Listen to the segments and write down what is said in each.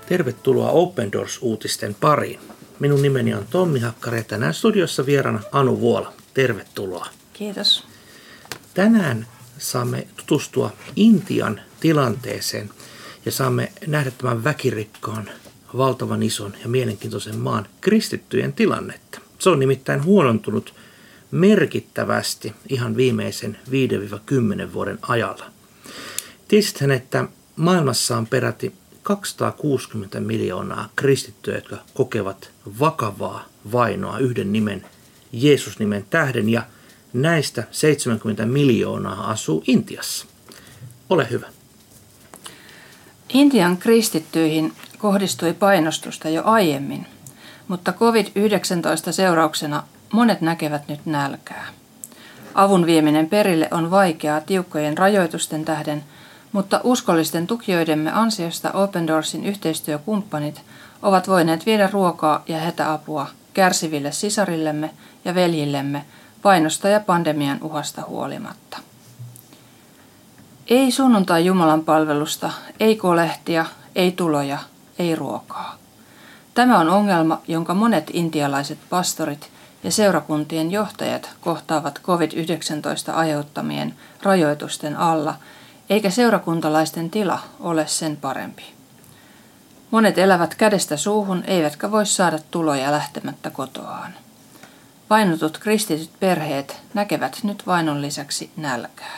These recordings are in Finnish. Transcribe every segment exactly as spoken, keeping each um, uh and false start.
Tervetuloa Open Doors-uutisten pariin. Minun nimeni on Tommi Hakkari ja tänään studiossa vieraana Anu Vuola. Tervetuloa. Kiitos. Tänään saamme tutustua Intian tilanteeseen ja saamme nähdä tämän väkirikkaan, valtavan ison ja mielenkiintoisen maan kristittyjen tilannetta. Se on nimittäin huonontunut merkittävästi ihan viimeisen viidestä kymmeneen vuoden ajalla. Tiesithän, että maailmassa on peräti kaksisataakuusikymmentä miljoonaa kristittyjä, jotka kokevat vakavaa vainoa yhden nimen, Jeesus-nimen tähden, ja näistä seitsemänkymmentä miljoonaa asuu Intiassa. Ole hyvä. Intian kristittyihin kohdistui painostusta jo aiemmin, mutta covid yhdeksäntoista seurauksena monet näkevät nyt nälkää. Avun vieminen perille on vaikeaa tiukkojen rajoitusten tähden, mutta uskollisten tukijoidemme ansiosta Open Doorsin yhteistyökumppanit ovat voineet viedä ruokaa ja hätäapua kärsiville sisarillemme ja veljillemme painosta ja pandemian uhasta huolimatta. Ei sunnuntai Jumalan palvelusta, ei kolehtia, ei tuloja, ei ruokaa. Tämä on ongelma, jonka monet intialaiset pastorit ja seurakuntien johtajat kohtaavat covid yhdeksäntoista aiheuttamien rajoitusten alla, eikä seurakuntalaisten tila ole sen parempi. Monet elävät kädestä suuhun, eivätkä voi saada tuloja lähtemättä kotoaan. Vainotut kristityt perheet näkevät nyt vainon lisäksi nälkää.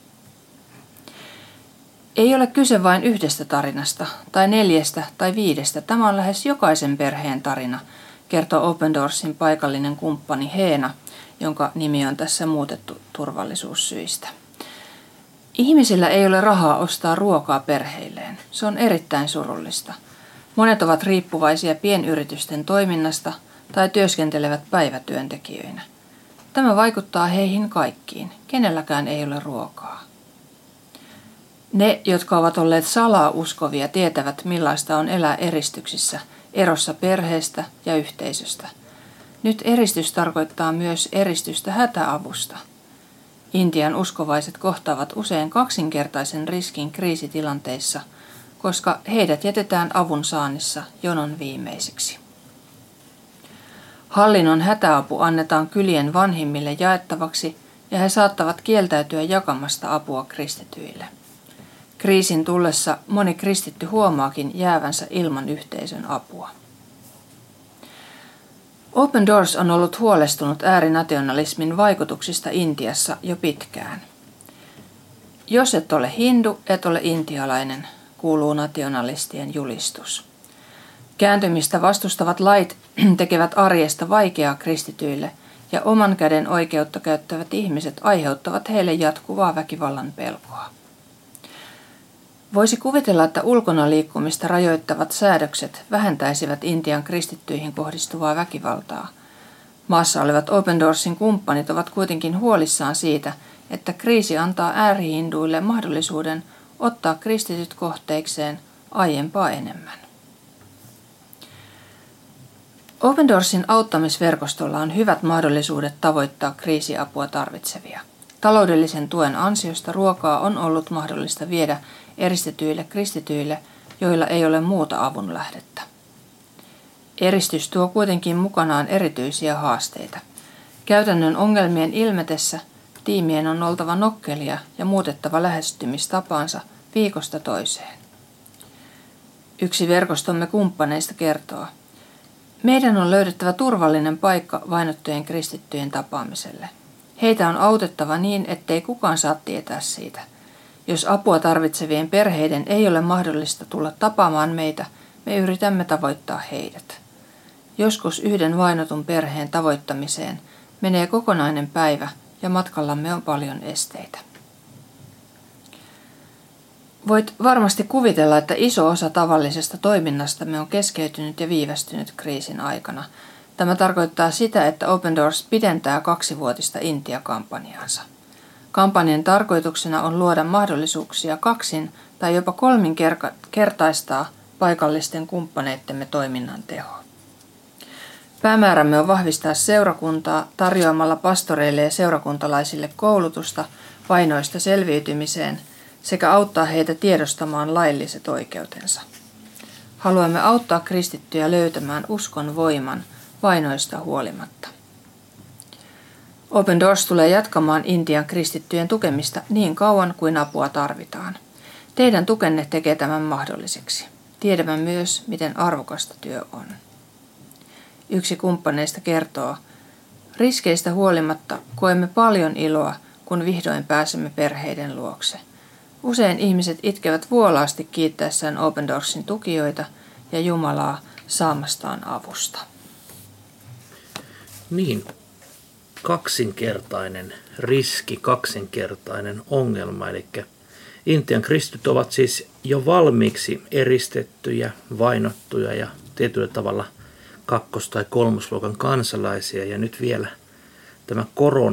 Ei ole kyse vain yhdestä tarinasta, tai neljästä tai viidestä. Tämä on lähes jokaisen perheen tarina, kertoo Open Doorsin paikallinen kumppani Heena, jonka nimi on tässä muutettu turvallisuussyistä. Ihmisillä ei ole rahaa ostaa ruokaa perheilleen. Se on erittäin surullista. Monet ovat riippuvaisia pienyritysten toiminnasta tai työskentelevät päivätyöntekijöinä. Tämä vaikuttaa heihin kaikkiin. Kenelläkään ei ole ruokaa. Ne, jotka ovat olleet salaa uskovia, tietävät millaista on elää eristyksissä, erossa perheestä ja yhteisöstä. Nyt eristys tarkoittaa myös eristystä hätäavusta. Intian uskovaiset kohtaavat usein kaksinkertaisen riskin kriisitilanteissa, koska heidät jätetään avun saannissa jonon viimeiseksi. Hallinnon hätäapu annetaan kylien vanhimmille jaettavaksi ja he saattavat kieltäytyä jakamasta apua kristityille. Kriisin tullessa moni kristitty huomaakin jäävänsä ilman yhteisön apua. Open Doors on ollut huolestunut äärinationalismin vaikutuksista Intiassa jo pitkään. Jos et ole hindu, et ole intialainen, kuuluu nationalistien julistus. Kääntymistä vastustavat lait tekevät arjesta vaikeaa kristityille ja oman käden oikeutta käyttävät ihmiset aiheuttavat heille jatkuvaa väkivallan pelkoa. Voisi kuvitella, että ulkona liikkumista rajoittavat säädökset vähentäisivät Intian kristittyihin kohdistuvaa väkivaltaa. Maassa olevat Open Doorsin kumppanit ovat kuitenkin huolissaan siitä, että kriisi antaa äärihinduille mahdollisuuden ottaa kristityt kohteikseen aiempaa enemmän. Open Doorsin auttamisverkostolla on hyvät mahdollisuudet tavoittaa kriisiapua tarvitsevia. Taloudellisen tuen ansiosta ruokaa on ollut mahdollista viedä eristetyille kristityille, joilla ei ole muuta avun lähdettä. Eristys tuo kuitenkin mukanaan erityisiä haasteita. Käytännön ongelmien ilmetessä tiimien on oltava nokkelia ja muutettava lähestymistapaansa viikosta toiseen. Yksi verkostomme kumppaneista kertoo: meidän on löydettävä turvallinen paikka vainottujen kristittyjen tapaamiselle. Heitä on autettava niin, ettei kukaan saa tietää siitä. Jos apua tarvitsevien perheiden ei ole mahdollista tulla tapaamaan meitä, me yritämme tavoittaa heidät. Joskus yhden vainotun perheen tavoittamiseen menee kokonainen päivä ja matkallamme on paljon esteitä. Voit varmasti kuvitella, että iso osa tavallisesta toiminnastamme on keskeytynyt ja viivästynyt kriisin aikana. Tämä tarkoittaa sitä, että Open Doors pidentää kaksivuotista Intia-kampanjaansa. Kampanjan tarkoituksena on luoda mahdollisuuksia kaksin tai jopa kolminkertaistaa paikallisten kumppaneittemme toiminnan tehoa. Päämäärämme on vahvistaa seurakuntaa tarjoamalla pastoreille ja seurakuntalaisille koulutusta vainoista selviytymiseen sekä auttaa heitä tiedostamaan lailliset oikeutensa. Haluamme auttaa kristittyjä löytämään uskon voiman vainoista huolimatta. Open Doors tulee jatkamaan Intian kristittyjen tukemista niin kauan kuin apua tarvitaan. Teidän tukenne tekee tämän mahdolliseksi. Tiedämme myös, miten arvokasta työ on. Yksi kumppaneista kertoo, riskeistä huolimatta koemme paljon iloa, kun vihdoin pääsemme perheiden luokse. Usein ihmiset itkevät vuolaasti kiittäessään Open Doorsin tukijoita ja Jumalaa saamastaan avusta. Niin, kaksinkertainen riski, kaksinkertainen ongelma. Eli Intian kristityt ovat siis jo valmiiksi eristettyjä, vainottuja ja tietyllä tavalla kakkos- tai kolmosluokan kansalaisia. Ja nyt vielä tämä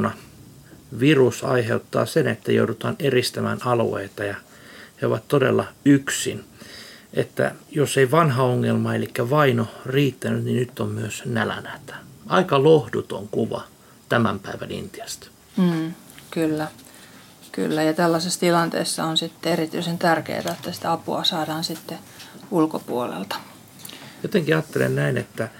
koronavirus aiheuttaa sen, että joudutaan eristämään alueita ja he ovat todella yksin. Että jos ei vanha ongelma, eli vaino riittänyt, niin nyt on myös nälänhätä. Aika lohduton kuva tämän päivän Intiasta. Mm, kyllä. Kyllä, ja tällaisessa tilanteessa on sitten erityisen tärkeää, että sitä apua saadaan sitten ulkopuolelta. Jotenkin ajattelen näin, että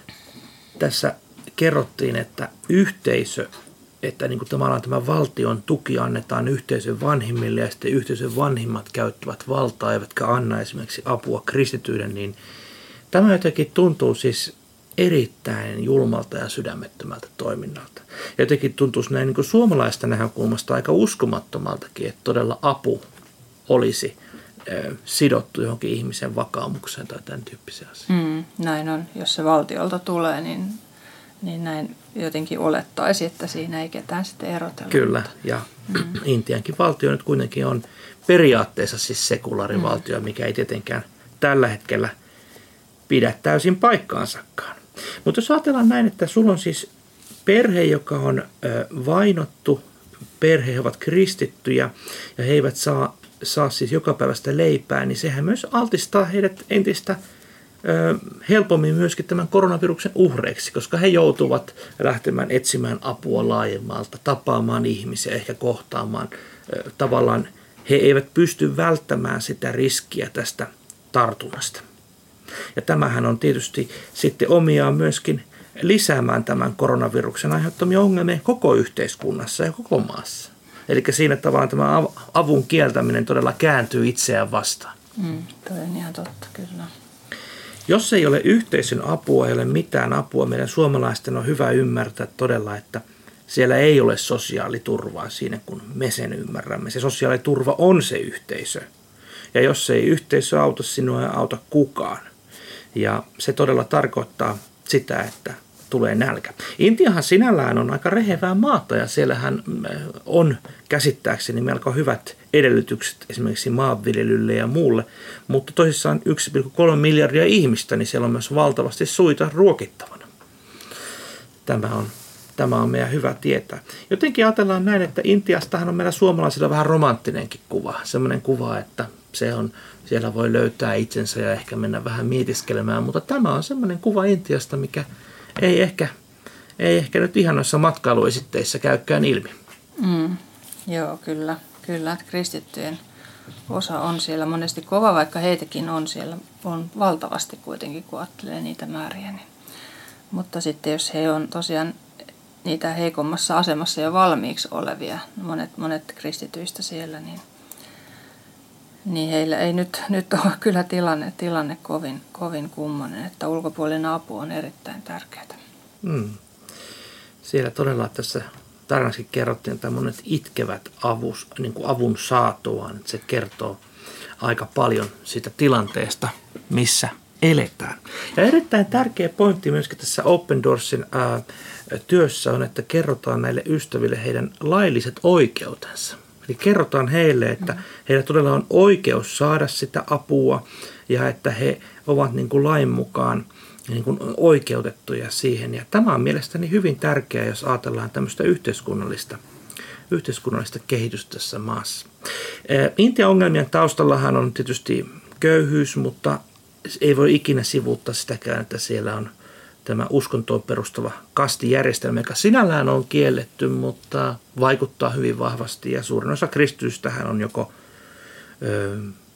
tässä kerrottiin, että yhteisö, että niin kuin tavallaan tämä valtion tuki annetaan yhteisön vanhimmille ja sitten yhteisön vanhimmat käyttävät valtaa eivätkä anna esimerkiksi apua kristityille, niin tämä jotenkin tuntuu siis erittäin julmalta ja sydämettömältä toiminnalta. Ja jotenkin tuntuisi näin niin kuin suomalaista näkökulmasta aika uskomattomaltakin, että todella apu olisi ö, sidottu johonkin ihmisen vakaumukseen tai tämän tyyppisiä asioita. Mm, näin on. Jos se valtiolta tulee, niin, niin näin jotenkin olettaisi, että siinä ei ketään sitten erotella. Kyllä, ja mm. Intiankin valtio nyt kuitenkin on periaatteessa siis sekulaarivaltio, mikä ei tietenkään tällä hetkellä pidä täysin paikkaansakaan. Mutta jos ajatellaan näin, että sulla on siis perhe, joka on ö, vainottu, perhe, he ovat kristittyjä ja he eivät saa, saa siis jokapäiväistä leipää, niin sehän myös altistaa heidät entistä ö, helpommin myöskin tämän koronaviruksen uhreiksi, koska he joutuvat lähtemään etsimään apua laajemmalta, tapaamaan ihmisiä, ehkä kohtaamaan. Ö, tavallaan he eivät pysty välttämään sitä riskiä tästä tartunnasta. Ja tämähän on tietysti sitten omiaan myöskin lisäämään tämän koronaviruksen aiheuttamia ongelmia koko yhteiskunnassa ja koko maassa. Eli siinä tavallaan tämä avun kieltäminen todella kääntyy itseään vastaan. Mm, toi on ihan totta, kyllä. Jos ei ole yhteisön apua, ei ole mitään apua, meidän suomalaisten on hyvä ymmärtää todella, että siellä ei ole sosiaaliturvaa siinä, kun me sen ymmärrämme. Se sosiaaliturva on se yhteisö. Ja jos ei yhteisö auta sinua, ei auta kukaan. Ja se todella tarkoittaa sitä, että tulee nälkä. Intiahan sinällään on aika rehevää maata ja siellähän on käsittääkseni melko hyvät edellytykset esimerkiksi maanviljelylle ja muulle. Mutta tosissaan yksi pilkku kolme miljardia ihmistä, niin siellä on myös valtavasti suita ruokittavana. Tämä on, tämä on meidän hyvä tietää. Jotenkin ajatellaan näin, että Intiastahan on meillä suomalaisilla vähän romanttinenkin kuva. Sellainen kuva, että se on, siellä voi löytää itsensä ja ehkä mennä vähän mietiskelemään, mutta tämä on semmoinen kuva Intiasta, mikä ei ehkä, ei ehkä nyt ihan noissa matkailuesitteissä käykään ilmi. Mm, joo, kyllä. Kyllä, että kristittyjen osa on siellä monesti kova, vaikka heitäkin on siellä on valtavasti kuitenkin, kun ajattelee niitä määriä. Niin. Mutta sitten jos he on tosiaan niitä heikommassa asemassa jo valmiiksi olevia, monet, monet kristityistä siellä, niin Niin heillä ei nyt, nyt ole kyllä tilanne, tilanne kovin, kovin kummonen, että ulkopuolinen apu on erittäin tärkeää. Mm. Siellä todella tässä tarinassakin kerrottiin, että monet itkevät avus, niin kuin avun saatuaan. Se kertoo aika paljon siitä tilanteesta, missä eletään. Ja erittäin tärkeä pointti myöskin tässä Open Doorsin ää, työssä on, että kerrotaan näille ystäville heidän lailliset oikeutensa. Eli kerrotaan heille, että heillä todella on oikeus saada sitä apua ja että he ovat niin kuin lain mukaan niin kuin oikeutettuja siihen. Ja tämä on mielestäni hyvin tärkeää, jos ajatellaan tämmöistä yhteiskunnallista, yhteiskunnallista kehitystä tässä maassa. Intian ongelmien taustallahan on tietysti köyhyys, mutta ei voi ikinä sivuuttaa sitäkään, että siellä on tämä uskontoon perustava kastijärjestelmä, joka sinällään on kielletty, mutta vaikuttaa hyvin vahvasti. Ja suurin osa kristitystähän on joko ö,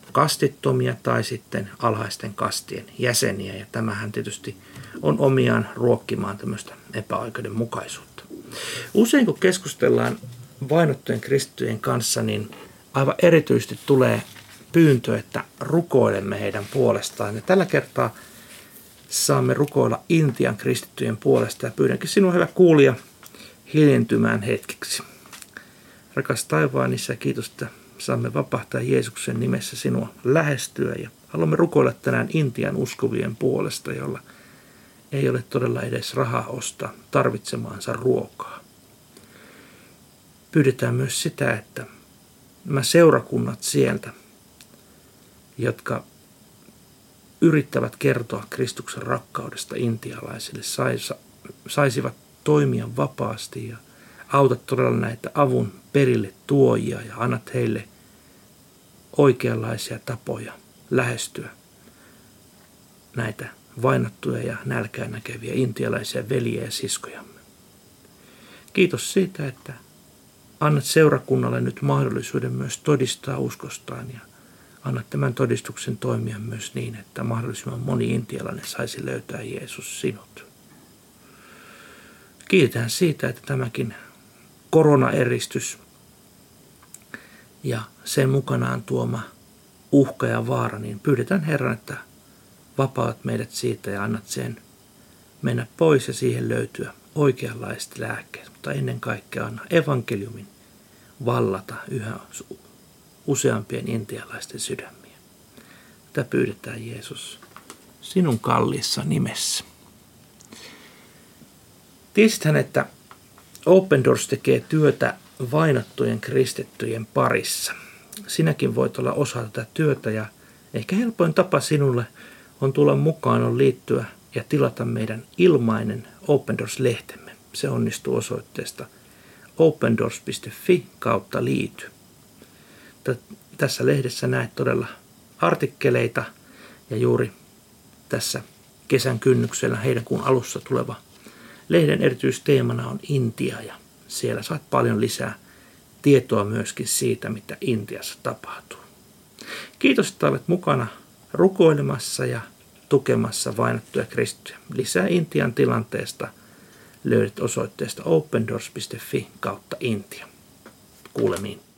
kastittomia tai sitten alhaisten kastien jäseniä. Ja tämähän tietysti on omiaan ruokkimaan tämmöistä epäoikeudenmukaisuutta. Usein kun keskustellaan vainottujen kristittyjen kanssa, niin aivan erityisesti tulee pyyntö, että rukoilemme heidän puolestaan. Ja tällä kertaa saamme rukoilla Intian kristittyjen puolesta ja pyydänkin sinua, hyvä kuulija, hiljentymään hetkeksi. Rakas taivaan Isä, kiitos, että saamme vapahtaa Jeesuksen nimessä sinua lähestyä ja haluamme rukoilla tänään Intian uskovien puolesta, jolla ei ole todella edes rahaa ostaa tarvitsemaansa ruokaa. Pyydetään myös sitä, että nämä seurakunnat sieltä, jotka yrittävät kertoa Kristuksen rakkaudesta intialaisille, saisivat toimia vapaasti ja autat todella näitä avun perille tuojia ja annat heille oikeanlaisia tapoja lähestyä näitä vainottuja ja nälkää näkeviä intialaisia veljiä ja siskojamme. Kiitos siitä, että annat seurakunnalle nyt mahdollisuuden myös todistaa uskostaan ja annat tämän todistuksen toimia myös niin, että mahdollisimman moni intialainen saisi löytää Jeesus sinut. Kiitetään siitä, että tämäkin koronaeristys ja sen mukanaan tuoma uhka ja vaara, niin pyydetään Herran, että vapaat meidät siitä ja annat sen mennä pois ja siihen löytyä oikeanlaiset lääkkeet, mutta ennen kaikkea anna evankeliumin vallata yhä useampien intialaisten sydämiä. Tätä pyydetään Jeesus sinun kalliissa nimessä. Tiesithän, että Open Doors tekee työtä vainottujen kristittyjen parissa. Sinäkin voit olla osa tätä työtä ja ehkä helpoin tapa sinulle on tulla mukaan, on liittyä ja tilata meidän ilmainen Open Doors-lehtemme. Se onnistuu osoitteesta opendoors piste fi kautta liity. Tässä lehdessä näet todella artikkeleita ja juuri tässä kesän kynnyksellä heinäkuun alussa tuleva lehden erityisteemana on Intia ja siellä saat paljon lisää tietoa myöskin siitä, mitä Intiassa tapahtuu. Kiitos, että olet mukana rukoilemassa ja tukemassa vainottuja kristittyjä. Lisää Intian tilanteesta löydät osoitteesta opendoors piste fi kautta Intia. Kuulemiin.